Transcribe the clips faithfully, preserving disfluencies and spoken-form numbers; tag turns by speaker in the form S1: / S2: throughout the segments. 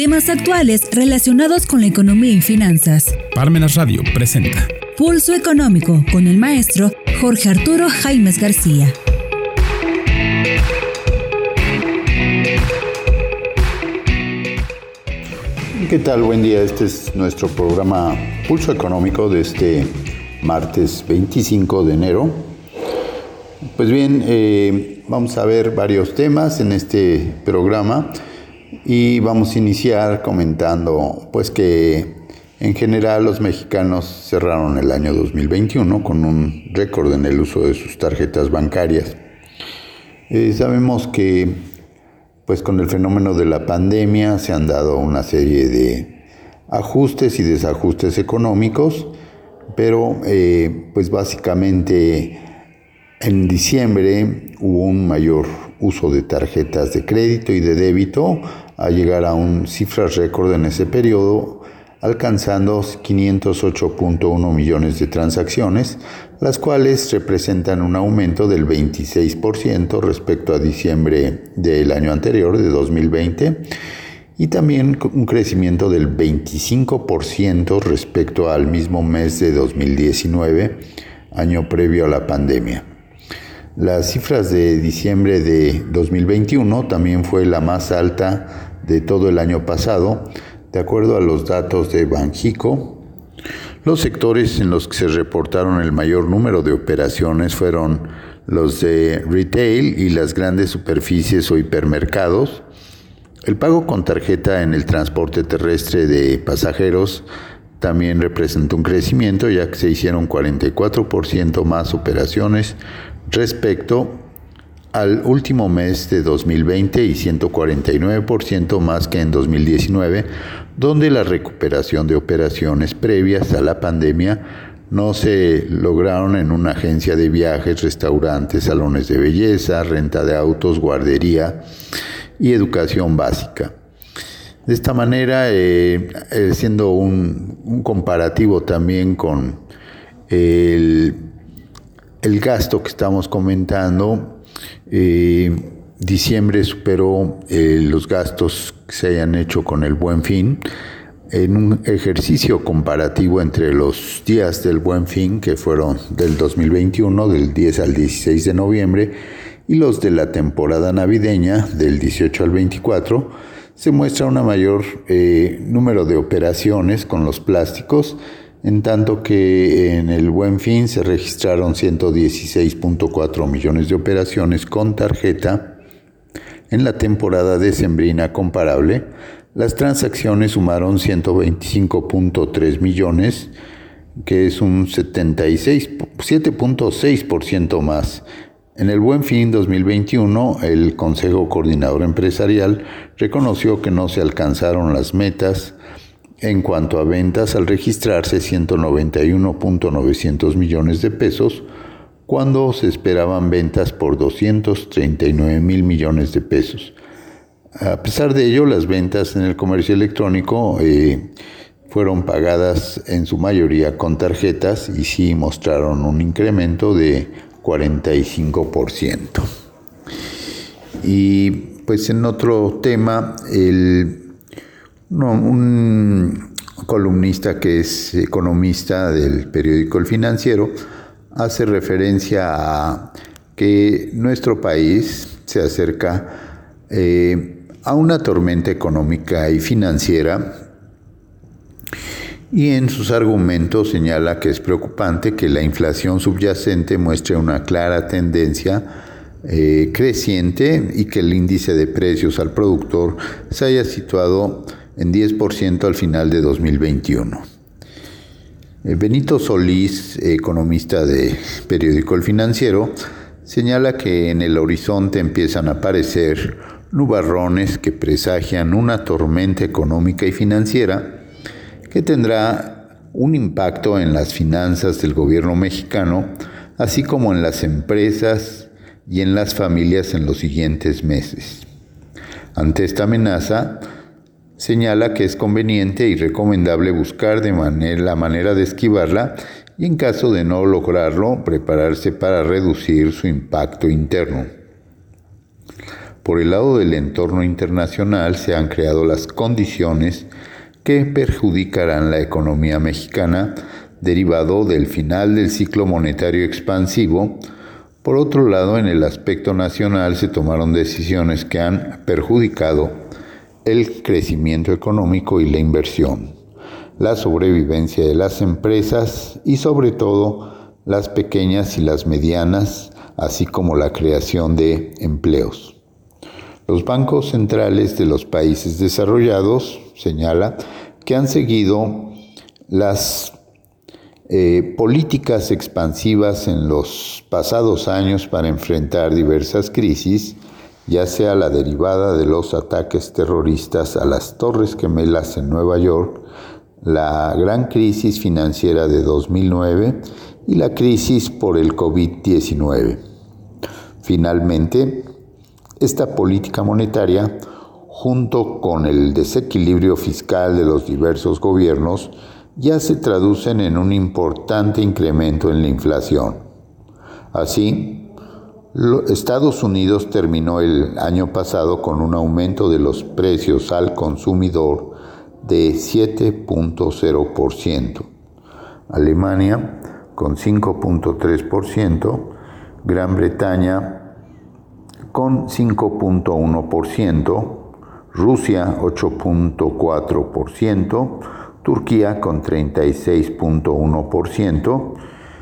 S1: Temas actuales relacionados con la economía y finanzas.
S2: Parmenas Radio presenta
S1: Pulso Económico con el maestro Jorge Arturo Jaimes García.
S3: ¿Qué tal? Buen día. Este es nuestro programa Pulso Económico de este martes veinticinco de enero. Pues bien, eh, vamos a ver varios temas en este programa y vamos a iniciar comentando pues que en general los mexicanos cerraron el año dos mil veintiuno con un récord en el uso de sus tarjetas bancarias. Eh, sabemos que pues con el fenómeno de la pandemia se han dado una serie de ajustes y desajustes económicos, pero eh, pues básicamente en diciembre hubo un mayor uso de tarjetas de crédito y de débito a llegar a un cifras récord en ese periodo, alcanzando quinientos ocho punto uno millones de transacciones, las cuales representan un aumento del veintiséis por ciento respecto a diciembre del año anterior, de dos mil veinte, y también un crecimiento del veinticinco por ciento respecto al mismo mes de dos mil diecinueve, año previo a la pandemia. Las cifras de diciembre de dos mil veintiuno también fue la más alta de todo el año pasado, de acuerdo a los datos de Banxico. Los sectores en los que se reportaron el mayor número de operaciones fueron los de retail y las grandes superficies o hipermercados. El pago con tarjeta en el transporte terrestre de pasajeros también representó un crecimiento, ya que se hicieron cuarenta y cuatro por ciento más operaciones respecto al último mes de dos mil veinte y ciento cuarenta y nueve por ciento más que en dos mil diecinueve, donde la recuperación de operaciones previas a la pandemia no se lograron en una agencia de viajes, restaurantes, salones de belleza, renta de autos, guardería y educación básica. De esta manera, eh, siendo un, un comparativo también con el, el gasto que estamos comentando, eh, diciembre superó eh, los gastos que se hayan hecho con el Buen Fin, en un ejercicio comparativo entre los días del Buen Fin, que fueron del dos mil veintiuno, del diez al dieciséis de noviembre, y los de la temporada navideña, del dieciocho al veinticuatro, se muestra una mayor eh, número de operaciones con los plásticos, en tanto que en el Buen Fin se registraron ciento dieciséis punto cuatro millones de operaciones con tarjeta. En la temporada decembrina comparable, las transacciones sumaron ciento veinticinco punto tres millones, que es un setenta y seis, siete punto seis por ciento más. En el Buen Fin dos mil veintiuno, el Consejo Coordinador Empresarial reconoció que no se alcanzaron las metas en cuanto a ventas al registrarse ciento noventa y uno punto novecientos millones de pesos, cuando se esperaban ventas por doscientos treinta y nueve mil millones de pesos. A pesar de ello, las ventas en el comercio electrónico eh, fueron pagadas en su mayoría con tarjetas y sí mostraron un incremento de cuarenta y cinco por ciento. Y pues en otro tema, el, no, un columnista que es economista del periódico El Financiero hace referencia a que nuestro país se acerca eh, a una tormenta económica y financiera, y en sus argumentos señala que es preocupante que la inflación subyacente muestre una clara tendencia eh, creciente y que el índice de precios al productor se haya situado en diez por ciento al final de dos mil veintiuno. Eh, Benito Solís, economista del periódico El Financiero, señala que en el horizonte empiezan a aparecer nubarrones que presagian una tormenta económica y financiera que tendrá un impacto en las finanzas del gobierno mexicano, así como en las empresas y en las familias en los siguientes meses. Ante esta amenaza, señala que es conveniente y recomendable buscar de manera, la manera de esquivarla y, en caso de no lograrlo, prepararse para reducir su impacto interno. por el lado del entorno internacional se han creado las condiciones que perjudicarán la economía mexicana derivado del final del ciclo monetario expansivo. Por otro lado, en el aspecto nacional se tomaron decisiones que han perjudicado el crecimiento económico y la inversión, la sobrevivencia de las empresas y sobre todo las pequeñas y las medianas, así como la creación de empleos. Los bancos centrales de los países desarrollados, señala, que han seguido las eh, políticas expansivas en los pasados años para enfrentar diversas crisis, ya sea la derivada de los ataques terroristas a las Torres Gemelas en Nueva York, la gran crisis financiera de dos mil nueve y la crisis por el covid diecinueve. Finalmente, esta política monetaria, junto con el desequilibrio fiscal de los diversos gobiernos, ya se traducen en un importante incremento en la inflación. Así, Estados Unidos terminó el año pasado con un aumento de los precios al consumidor de siete punto cero por ciento. Alemania con cinco punto tres por ciento, Gran Bretaña con cinco punto uno por ciento, Rusia ocho punto cuatro por ciento, Turquía con treinta y seis punto uno por ciento,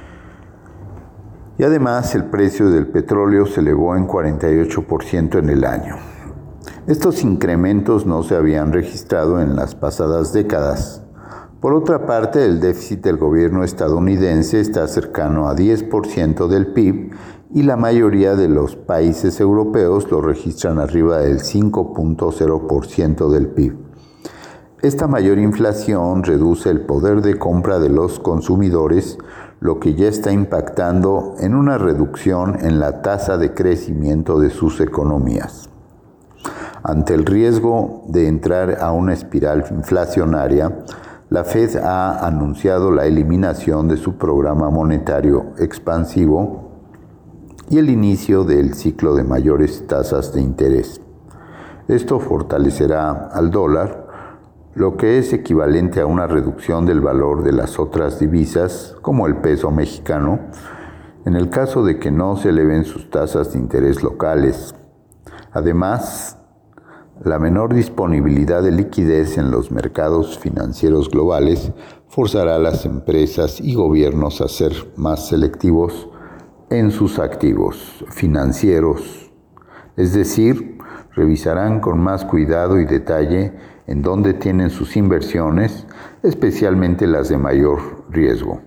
S3: y además el precio del petróleo se elevó en cuarenta y ocho por ciento en el año. Estos incrementos no se habían registrado en las pasadas décadas. Por otra parte, el déficit del gobierno estadounidense está cercano a diez por ciento del P I B y la mayoría de los países europeos lo registran arriba del cinco punto cero por ciento del P I B. Esta mayor inflación reduce el poder de compra de los consumidores, lo que ya está impactando en una reducción en la tasa de crecimiento de sus economías. Ante el riesgo de entrar a una espiral inflacionaria, la Fed ha anunciado la eliminación de su programa monetario expansivo y el inicio del ciclo de mayores tasas de interés. Esto fortalecerá al dólar, lo que es equivalente a una reducción del valor de las otras divisas, como el peso mexicano, en el caso de que no se eleven sus tasas de interés locales. Además, la menor disponibilidad de liquidez en los mercados financieros globales forzará a las empresas y gobiernos a ser más selectivos en sus activos financieros, es decir, revisarán con más cuidado y detalle en dónde tienen sus inversiones, especialmente las de mayor riesgo.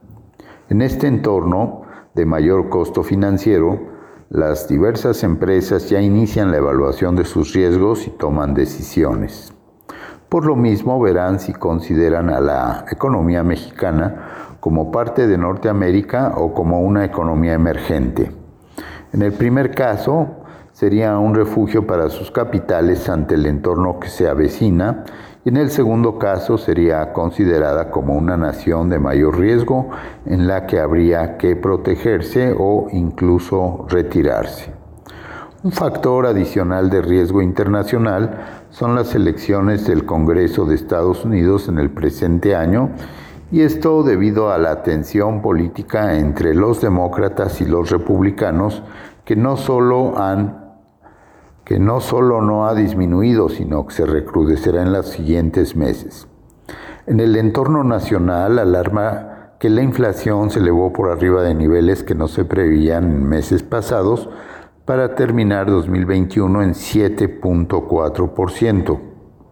S3: En este entorno de mayor costo financiero, las diversas empresas ya inician la evaluación de sus riesgos y toman decisiones. Por lo mismo, verán si consideran a la economía mexicana como parte de Norteamérica o como una economía emergente. En el primer caso, sería un refugio para sus capitales ante el entorno que se avecina, y en el segundo caso sería considerada como una nación de mayor riesgo en la que habría que protegerse o incluso retirarse. Un factor adicional de riesgo internacional son las elecciones del Congreso de Estados Unidos en el presente año, y esto debido a la tensión política entre los demócratas y los republicanos que no solo han que no solo no ha disminuido, sino que se recrudecerá en los siguientes meses. En el entorno nacional, alarma que la inflación se elevó por arriba de niveles que no se preveían en meses pasados, para terminar dos mil veintiuno en siete punto cuatro por ciento.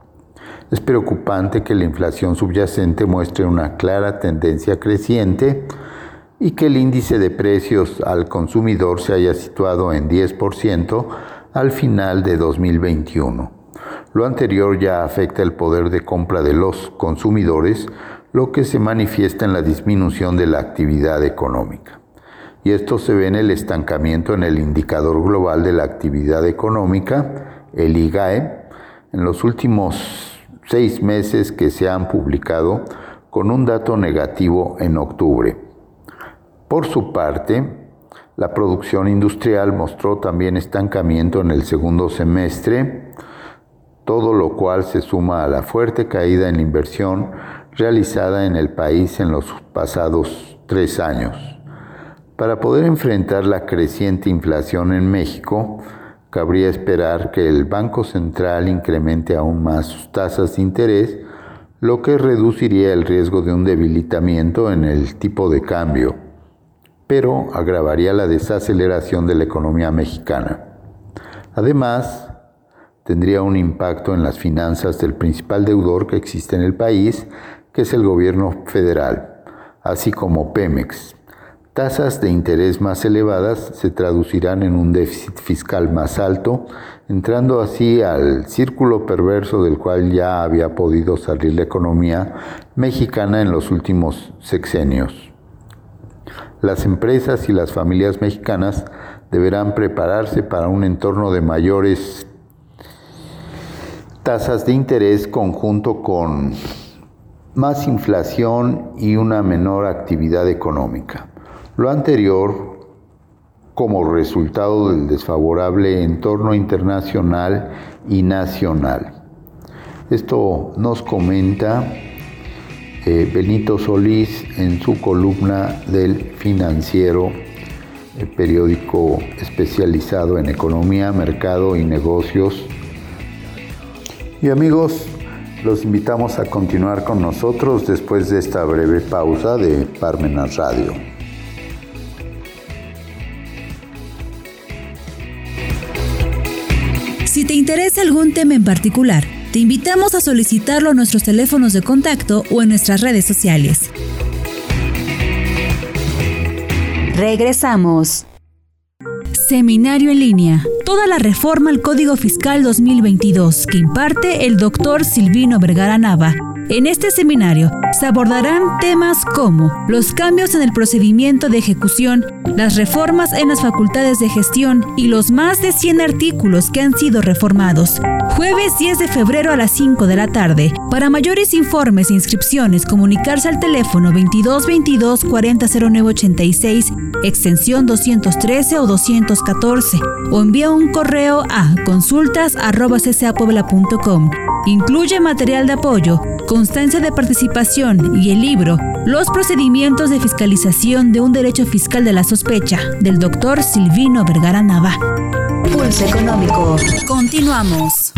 S3: Es preocupante que la inflación subyacente muestre una clara tendencia creciente y que el índice de precios al consumidor se haya situado en diez por ciento al final de dos mil veintiuno. Lo anterior ya afecta el poder de compra de los consumidores, lo que se manifiesta en la disminución de la actividad económica. Y esto se ve en el estancamiento en el indicador global de la actividad económica, el I G A E, en los últimos seis meses que se han publicado, con un dato negativo en octubre. Por su parte, La producción industrial mostró también estancamiento en el segundo semestre, todo lo cual se suma a la fuerte caída en la inversión realizada en el país en los pasados tres años. Para poder enfrentar la creciente inflación en México, cabría esperar que el Banco Central incremente aún más sus tasas de interés, lo que reduciría el riesgo de un debilitamiento en el tipo de cambio, pero agravaría la desaceleración de la economía mexicana. Además, tendría un impacto en las finanzas del principal deudor que existe en el país, que es el gobierno federal, así como Pemex. Tasas de interés más elevadas se traducirán en un déficit fiscal más alto, entrando así al círculo perverso del cual ya había podido salir la economía mexicana en los últimos sexenios. Las empresas y las familias mexicanas deberán prepararse para un entorno de mayores tasas de interés conjunto con más inflación y una menor actividad económica. Lo anterior como resultado del desfavorable entorno internacional y nacional. Esto nos comenta eh, Benito Solís en su columna del Financiero, el periódico especializado en economía, mercado y negocios. Y amigos, los invitamos a continuar con nosotros después de esta breve pausa de Parmenas Radio.
S1: Si te interesa algún tema en particular, te invitamos a solicitarlo a nuestros teléfonos de contacto o en nuestras redes sociales. Regresamos. Seminario en línea. Toda la reforma al Código Fiscal dos mil veintidós que imparte el doctor Silvino Vergara Nava. En este seminario se abordarán temas como los cambios en el procedimiento de ejecución, las reformas en las facultades de gestión y los más de cien artículos que han sido reformados. Jueves diez de febrero a las cinco de la tarde. Para mayores informes e inscripciones, comunicarse al teléfono veintidós veintidós cuarenta cero nueve ochenta y seis, extensión doscientos trece o doscientos catorce, o envía un correo a consultas arroba c c a puebla punto com. Incluye material de apoyo, constancia de participación y el libro Los procedimientos de fiscalización de un derecho fiscal de la sospecha, del doctor Silvino Vergara Nava. Pulso Económico. Continuamos.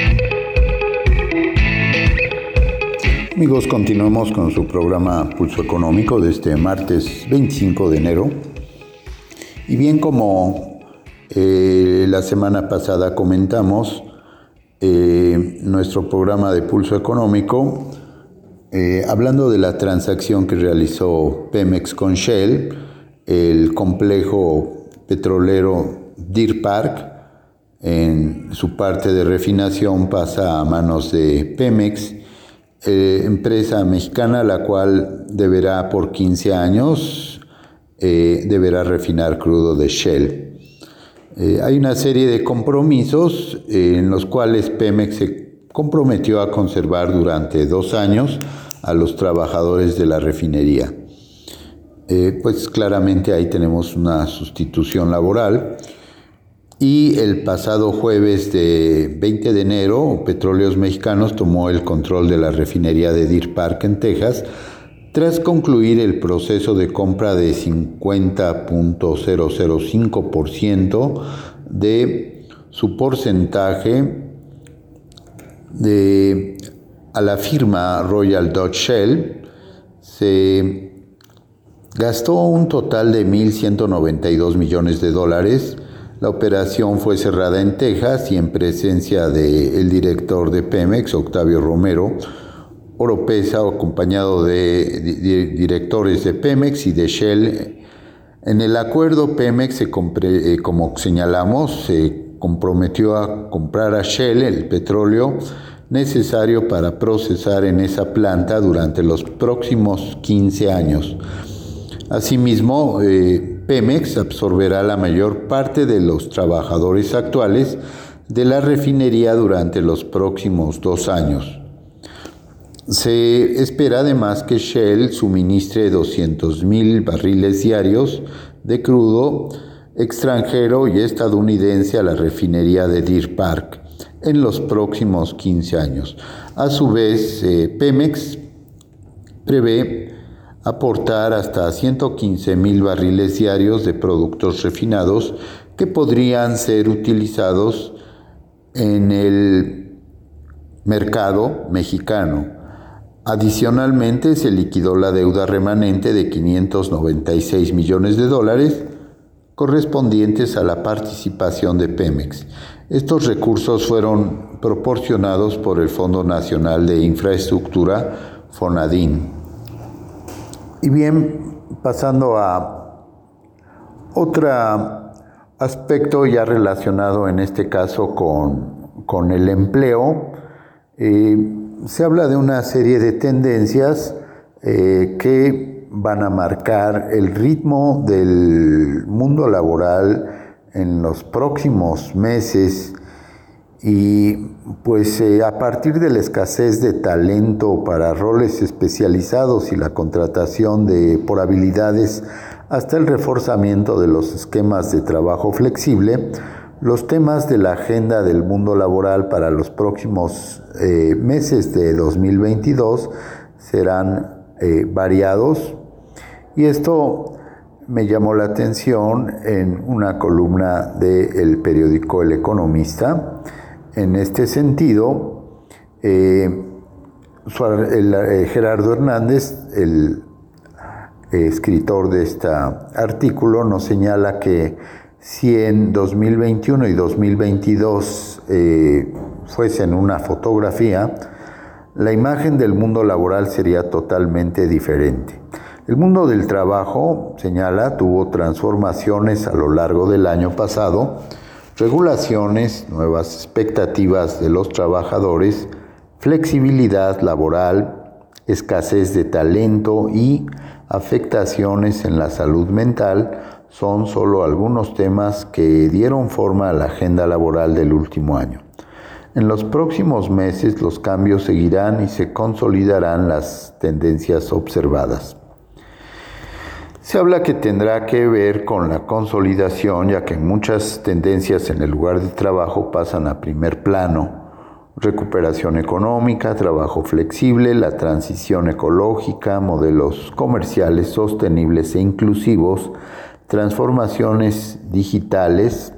S3: Amigos, continuamos con su programa Pulso Económico de este martes veinticinco de enero. Y bien, como eh, la semana pasada comentamos, eh, nuestro programa de Pulso Económico, eh, hablando de la transacción que realizó Pemex con Shell, el complejo petrolero Deer Park, en su parte de refinación pasa a manos de Pemex, eh, empresa mexicana, la cual deberá por quince años, eh, deberá refinar crudo de Shell. Eh, hay una serie de compromisos eh, en los cuales Pemex se comprometió a conservar durante dos años a los trabajadores de la refinería. Eh, pues claramente ahí tenemos una sustitución laboral. Y el pasado jueves de veinte de enero, Petróleos Mexicanos tomó el control de la refinería de Deer Park en Texas, tras concluir el proceso de compra de cincuenta punto cero cero cinco por ciento de su porcentaje de, a la firma Royal Dutch Shell, se gastó un total de mil ciento noventa y dos millones de dólares. La operación fue cerrada en Texas y en presencia del director de Pemex, Octavio Romero Oropesa, acompañado de, de directores de Pemex y de Shell. En el acuerdo, Pemex, se compre, eh, como señalamos, se comprometió a comprar a Shell el petróleo necesario para procesar en esa planta durante los próximos quince años. Asimismo, eh, Pemex absorberá la mayor parte de los trabajadores actuales de la refinería durante los próximos dos años. Se espera además que Shell suministre doscientos mil barriles diarios de crudo extranjero y estadounidense a la refinería de Deer Park en los próximos quince años. A su vez, eh, Pemex prevé aportar hasta ciento quince mil barriles diarios de productos refinados que podrían ser utilizados en el mercado mexicano. Adicionalmente, se liquidó la deuda remanente de quinientos noventa y seis millones de dólares correspondientes a la participación de Pemex. Estos recursos fueron proporcionados por el Fondo Nacional de Infraestructura, FONADIN. Y bien, pasando a otro aspecto ya relacionado en este caso con, con el empleo, eh, se habla de una serie de tendencias eh, que van a marcar el ritmo del mundo laboral en los próximos meses y pues eh, a partir de la escasez de talento para roles especializados y la contratación de por habilidades hasta el reforzamiento de los esquemas de trabajo flexible, los temas de la agenda del mundo laboral para los próximos eh, meses de dos mil veintidós serán eh, variados y esto me llamó la atención en una columna del periódico El Economista. En este sentido, eh, el, eh, Gerardo Hernández, el eh, escritor de este artículo, nos señala que si en dos mil veintiuno y dos mil veintidós eh, fuesen una fotografía, la imagen del mundo laboral sería totalmente diferente. El mundo del trabajo, señala, tuvo transformaciones a lo largo del año pasado, regulaciones, nuevas expectativas de los trabajadores, flexibilidad laboral, escasez de talento y afectaciones en la salud mental son solo algunos temas que dieron forma a la agenda laboral del último año. En los próximos meses los cambios seguirán y se consolidarán las tendencias observadas. Se habla que tendrá que ver con la consolidación, ya que muchas tendencias en el lugar de trabajo pasan a primer plano. Recuperación económica, trabajo flexible, la transición ecológica, modelos comerciales sostenibles e inclusivos, transformaciones digitales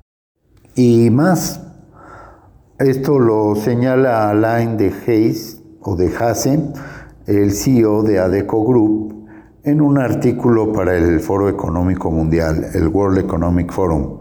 S3: y más. Esto lo señala Alain de Haas, o de Haase, el C E O de Adecco Group, en un artículo para el Foro Económico Mundial, el World Economic Forum.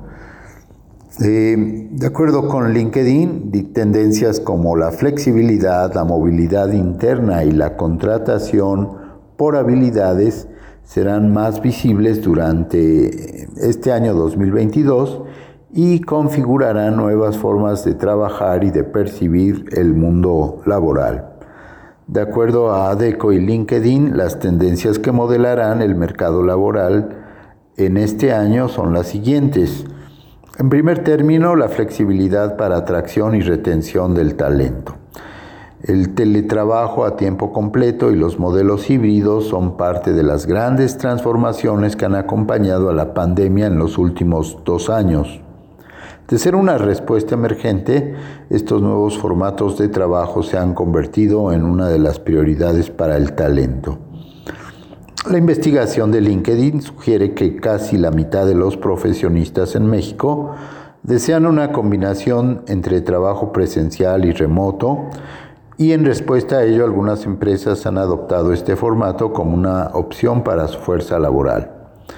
S3: Eh, de acuerdo con LinkedIn, tendencias como la flexibilidad, la movilidad interna y la contratación por habilidades serán más visibles durante este año dos mil veintidós y configurarán nuevas formas de trabajar y de percibir el mundo laboral. De acuerdo a Adecco y LinkedIn, las tendencias que modelarán el mercado laboral en este año son las siguientes. En primer término, la flexibilidad para atracción y retención del talento. El teletrabajo a tiempo completo y los modelos híbridos son parte de las grandes transformaciones que han acompañado a la pandemia en los últimos dos años. De ser una respuesta emergente, estos nuevos formatos de trabajo se han convertido en una de las prioridades para el talento. La investigación de LinkedIn sugiere que casi la mitad de los profesionistas en México desean una combinación entre trabajo presencial y remoto, y en respuesta a ello algunas empresas han adoptado este formato como una opción para su fuerza laboral.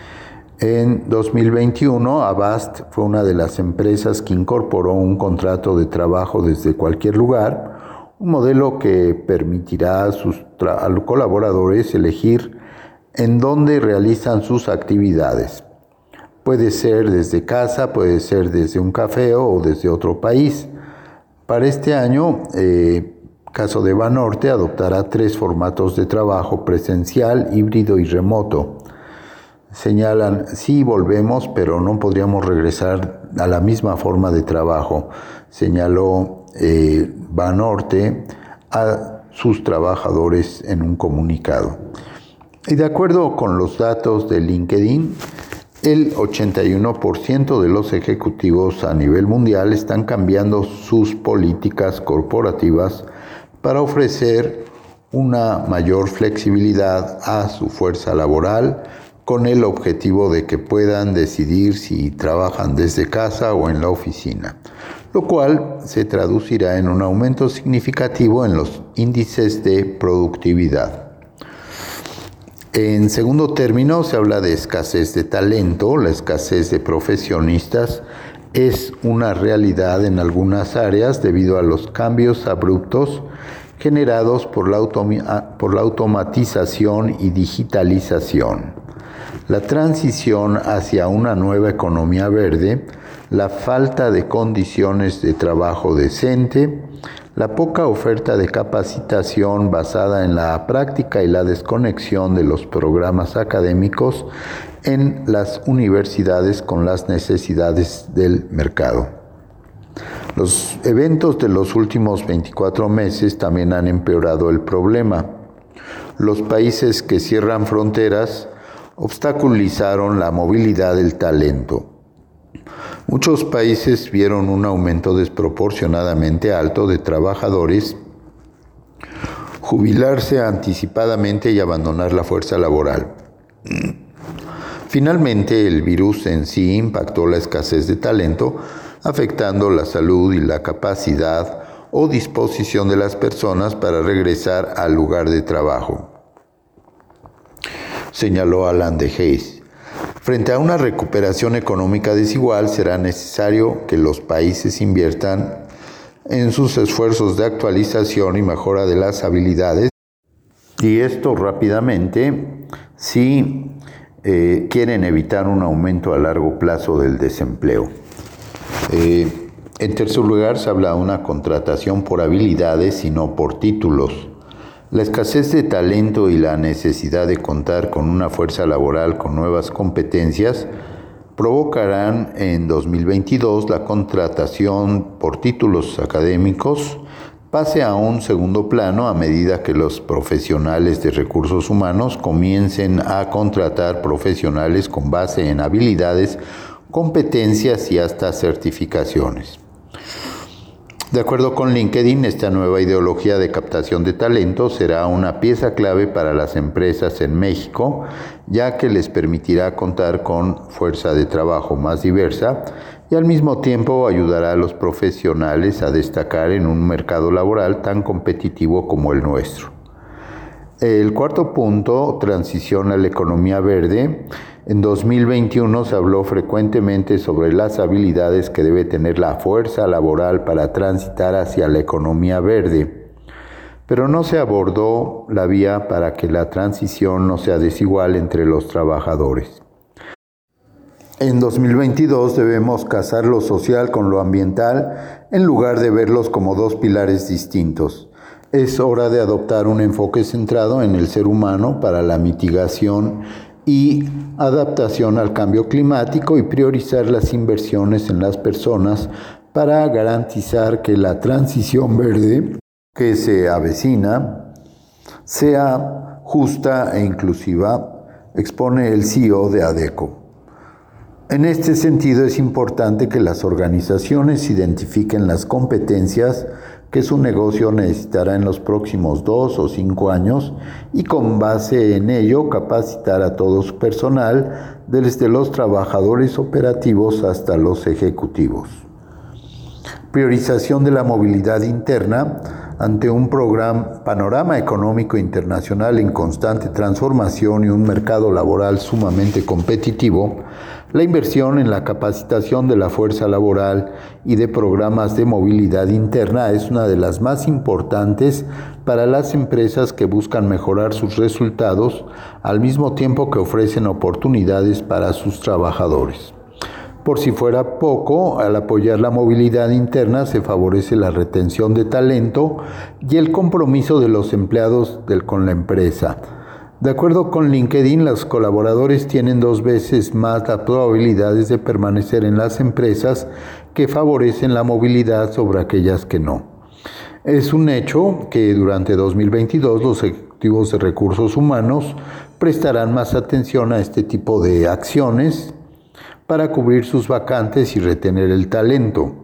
S3: En dos mil veintiuno, Avast fue una de las empresas que incorporó un contrato de trabajo desde cualquier lugar, un modelo que permitirá a sus tra- a colaboradores elegir en dónde realizan sus actividades. Puede ser desde casa, puede ser desde un café o desde otro país. Para este año, eh, caso de Banorte, adoptará tres formatos de trabajo: presencial, híbrido y remoto. Señalan, sí volvemos, pero no podríamos regresar a la misma forma de trabajo, señaló eh, Banorte a sus trabajadores en un comunicado. Y de acuerdo con los datos de LinkedIn, el ochenta y uno por ciento de los ejecutivos a nivel mundial están cambiando sus políticas corporativas para ofrecer una mayor flexibilidad a su fuerza laboral, con el objetivo de que puedan decidir si trabajan desde casa o en la oficina, lo cual se traducirá en un aumento significativo en los índices de productividad. En segundo término, se habla de escasez de talento. La escasez de profesionistas es una realidad en algunas áreas debido a los cambios abruptos generados por la, autom- por la automatización y digitalización. La transición hacia una nueva economía verde, la falta de condiciones de trabajo decente, la poca oferta de capacitación basada en la práctica y la desconexión de los programas académicos en las universidades con las necesidades del mercado. Los eventos de los últimos veinticuatro meses también han empeorado el problema. Los países que cierran fronteras obstaculizaron la movilidad del talento. Muchos países vieron un aumento desproporcionadamente alto de trabajadores jubilarse anticipadamente y abandonar la fuerza laboral. Finalmente, el virus en sí impactó la escasez de talento, afectando la salud y la capacidad o disposición de las personas para regresar al lugar de trabajo, señaló Alan de Hayes. Frente a una recuperación económica desigual, será necesario que los países inviertan en sus esfuerzos de actualización y mejora de las habilidades, y esto rápidamente si eh, quieren evitar un aumento a largo plazo del desempleo. Eh, en tercer lugar, se habla de una contratación por habilidades y no por títulos. La escasez de talento y la necesidad de contar con una fuerza laboral con nuevas competencias provocarán en dos mil veintidós la contratación por títulos académicos pase a un segundo plano a medida que los profesionales de recursos humanos comiencen a contratar profesionales con base en habilidades, competencias y hasta certificaciones. De acuerdo con LinkedIn, esta nueva ideología de captación de talento será una pieza clave para las empresas en México, ya que les permitirá contar con fuerza de trabajo más diversa y al mismo tiempo ayudará a los profesionales a destacar en un mercado laboral tan competitivo como el nuestro. El cuarto punto, transición a la economía verde. En dos mil veintiuno se habló frecuentemente sobre las habilidades que debe tener la fuerza laboral para transitar hacia la economía verde, pero no se abordó la vía para que la transición no sea desigual entre los trabajadores. En dos mil veintidós debemos casar lo social con lo ambiental en lugar de verlos como dos pilares distintos. Es hora de adoptar un enfoque centrado en el ser humano para la mitigación y adaptación al cambio climático y priorizar las inversiones en las personas para garantizar que la transición verde que se avecina sea justa e inclusiva, expone el C E O de ADECO. En este sentido, es importante que las organizaciones identifiquen las competencias que su negocio necesitará en los próximos dos o cinco años y con base en ello capacitar a todo su personal, desde los trabajadores operativos hasta los ejecutivos. Priorización de la movilidad interna. Ante un programa, panorama económico internacional en constante transformación y un mercado laboral sumamente competitivo, la inversión en la capacitación de la fuerza laboral y de programas de movilidad interna es una de las más importantes para las empresas que buscan mejorar sus resultados al mismo tiempo que ofrecen oportunidades para sus trabajadores. Por si fuera poco, al apoyar la movilidad interna se favorece la retención de talento y el compromiso de los empleados del, con la empresa. De acuerdo con LinkedIn, los colaboradores tienen dos veces más las probabilidades de permanecer en las empresas que favorecen la movilidad sobre aquellas que no. Es un hecho que durante dos mil veintidós los ejecutivos de recursos humanos prestarán más atención a este tipo de acciones para cubrir sus vacantes y retener el talento.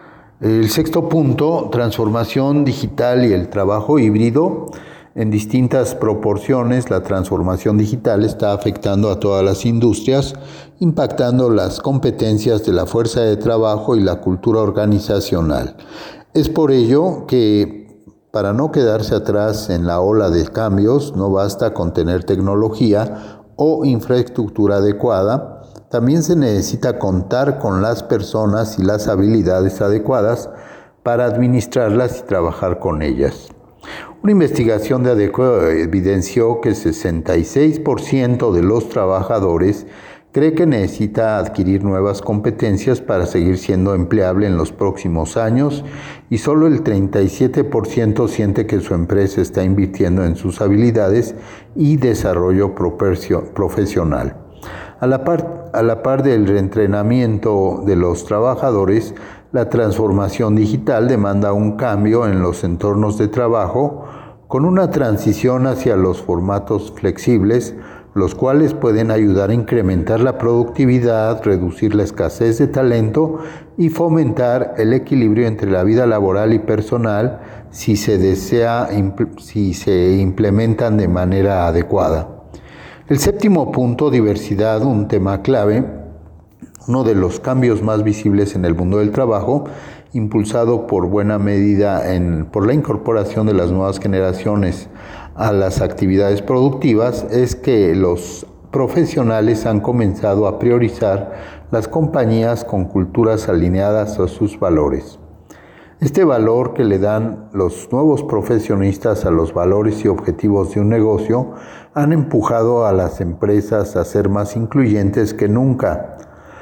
S3: El sexto punto, transformación digital y el trabajo híbrido. En distintas proporciones, la transformación digital está afectando a todas las industrias, impactando las competencias de la fuerza de trabajo y la cultura organizacional. Es por ello que, para no quedarse atrás en la ola de cambios, no basta con tener tecnología o infraestructura adecuada. También se necesita contar con las personas y las habilidades adecuadas para administrarlas y trabajar con ellas. Una investigación de ADECO evidenció que sesenta y seis por ciento de los trabajadores cree que necesita adquirir nuevas competencias para seguir siendo empleable en los próximos años y solo el treinta y siete por ciento siente que su empresa está invirtiendo en sus habilidades y desarrollo profesional. A la par, a la par del reentrenamiento de los trabajadores, la transformación digital demanda un cambio en los entornos de trabajo con una transición hacia los formatos flexibles, los cuales pueden ayudar a incrementar la productividad, reducir la escasez de talento y fomentar el equilibrio entre la vida laboral y personal si se desea, si se implementan de manera adecuada. El séptimo punto, diversidad, un tema clave, uno de los cambios más visibles en el mundo del trabajo, impulsado por buena medida en, por la incorporación de las nuevas generaciones a las actividades productivas, es que los profesionales han comenzado a priorizar las compañías con culturas alineadas a sus valores. Este valor que le dan los nuevos profesionistas a los valores y objetivos de un negocio han empujado a las empresas a ser más incluyentes que nunca.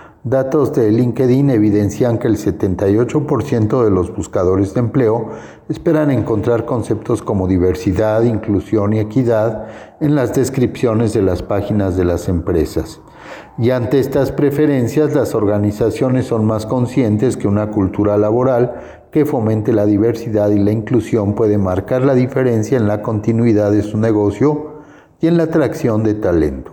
S3: Datos de LinkedIn evidencian que el setenta y ocho por ciento de los buscadores de empleo esperan encontrar conceptos como diversidad, inclusión y equidad en las descripciones de las páginas de las empresas. Y ante estas preferencias, las organizaciones son más conscientes que una cultura laboral que fomente la diversidad y la inclusión puede marcar la diferencia en la continuidad de su negocio y en la atracción de talento.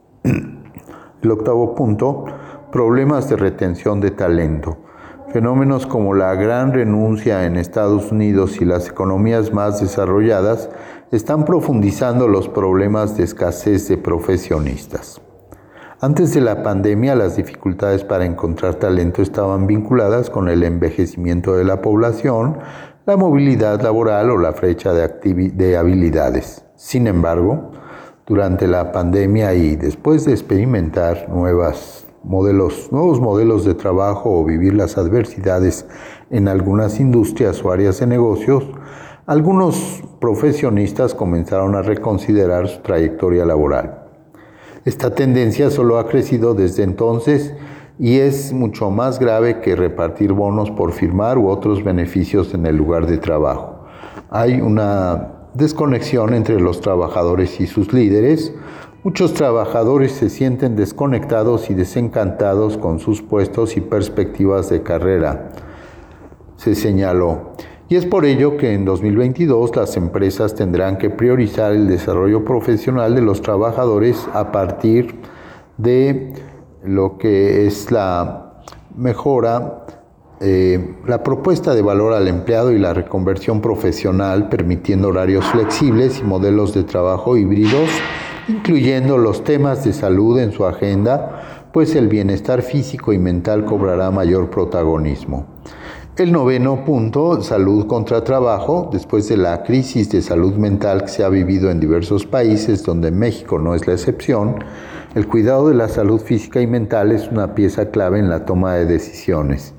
S3: El octavo punto, problemas de retención de talento. Fenómenos como la gran renuncia en Estados Unidos y las economías más desarrolladas están profundizando los problemas de escasez de profesionistas. Antes de la pandemia, las dificultades para encontrar talento estaban vinculadas con el envejecimiento de la población, la movilidad laboral o la brecha de, activi- de habilidades. Sin embargo, durante la pandemia y después de experimentar nuevas modelos, nuevos modelos de trabajo o vivir las adversidades en algunas industrias o áreas de negocios, algunos profesionistas comenzaron a reconsiderar su trayectoria laboral. Esta tendencia solo ha crecido desde entonces y es mucho más grave que repartir bonos por firmar u otros beneficios en el lugar de trabajo. Hay una desconexión entre los trabajadores y sus líderes. Muchos trabajadores se sienten desconectados y desencantados con sus puestos y perspectivas de carrera, se señaló. Y es por ello que en dos mil veintidós las empresas tendrán que priorizar el desarrollo profesional de los trabajadores a partir de lo que es la mejora, eh, la propuesta de valor al empleado y la reconversión profesional, permitiendo horarios flexibles y modelos de trabajo híbridos, incluyendo los temas de salud en su agenda, pues el bienestar físico y mental cobrará mayor protagonismo. El noveno punto, salud contra trabajo. Después de la crisis de salud mental que se ha vivido en diversos países, donde México no es la excepción, el cuidado de la salud física y mental es una pieza clave en la toma de decisiones.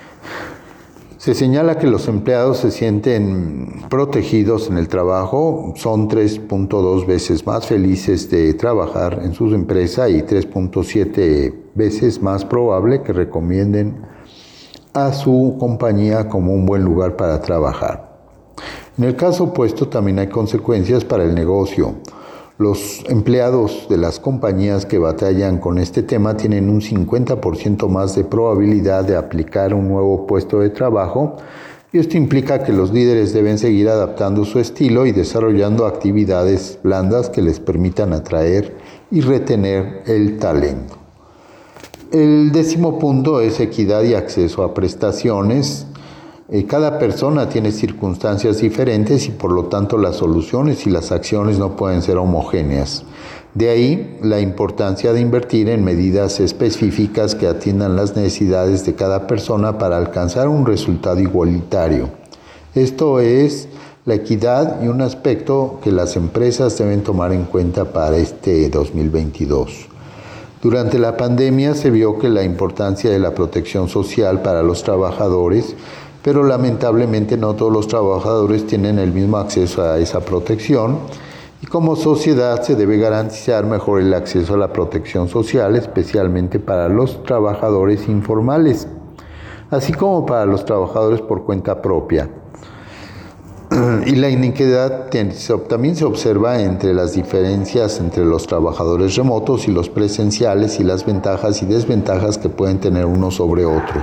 S3: Se señala que los empleados se sienten protegidos en el trabajo, son tres punto dos veces más felices de trabajar en su empresa y tres punto siete veces más probable que recomienden a su compañía como un buen lugar para trabajar. En el caso opuesto también hay consecuencias para el negocio. Los empleados de las compañías que batallan con este tema tienen un cincuenta por ciento más de probabilidad de aplicar un nuevo puesto de trabajo y esto implica que los líderes deben seguir adaptando su estilo y desarrollando actividades blandas que les permitan atraer y retener el talento. El décimo punto es equidad y acceso a prestaciones. Eh, cada persona tiene circunstancias diferentes y por lo tanto las soluciones y las acciones no pueden ser homogéneas. De ahí la importancia de invertir en medidas específicas que atiendan las necesidades de cada persona para alcanzar un resultado igualitario. Esto es la equidad y un aspecto que las empresas deben tomar en cuenta para este dos mil veintidós. Durante la pandemia se vio que la importancia de la protección social para los trabajadores, pero lamentablemente no todos los trabajadores tienen el mismo acceso a esa protección y como sociedad se debe garantizar mejor el acceso a la protección social, especialmente para los trabajadores informales, así como para los trabajadores por cuenta propia. Y la inequidad también se observa entre las diferencias entre los trabajadores remotos y los presenciales y las ventajas y desventajas que pueden tener unos sobre otros.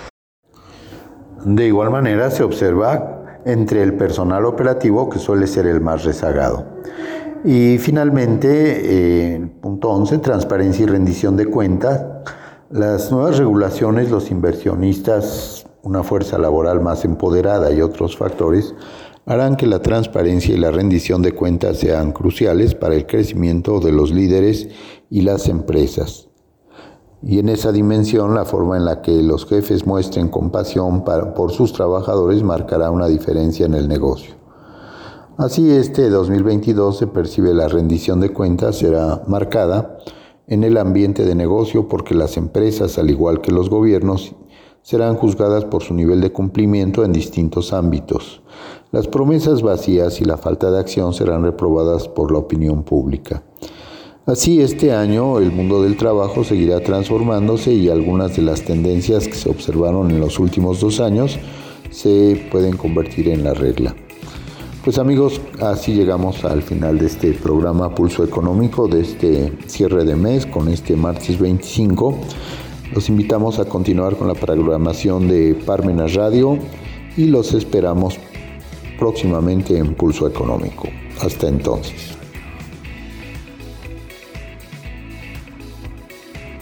S3: De igual manera se observa entre el personal operativo, que suele ser el más rezagado. Y finalmente, eh, punto once, transparencia y rendición de cuentas. Las nuevas regulaciones, los inversionistas, una fuerza laboral más empoderada y otros factores harán que la transparencia y la rendición de cuentas sean cruciales para el crecimiento de los líderes y las empresas. Y en esa dimensión, la forma en la que los jefes muestren compasión para, por sus trabajadores marcará una diferencia en el negocio. Así, este dos mil veintidós se percibe la rendición de cuentas será marcada en el ambiente de negocio porque las empresas, al igual que los gobiernos, serán juzgadas por su nivel de cumplimiento en distintos ámbitos. Las promesas vacías y la falta de acción serán reprobadas por la opinión pública. Así, este año el mundo del trabajo seguirá transformándose y algunas de las tendencias que se observaron en los últimos dos años se pueden convertir en la regla. Pues amigos, así llegamos al final de este programa Pulso Económico, de este cierre de mes con este martes veinticinco. Los invitamos a continuar con la programación de Parmenas Radio y los esperamos próximamente en Pulso Económico. Hasta entonces.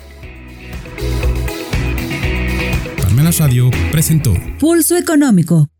S2: Parmenas Radio presentó
S1: Pulso Económico.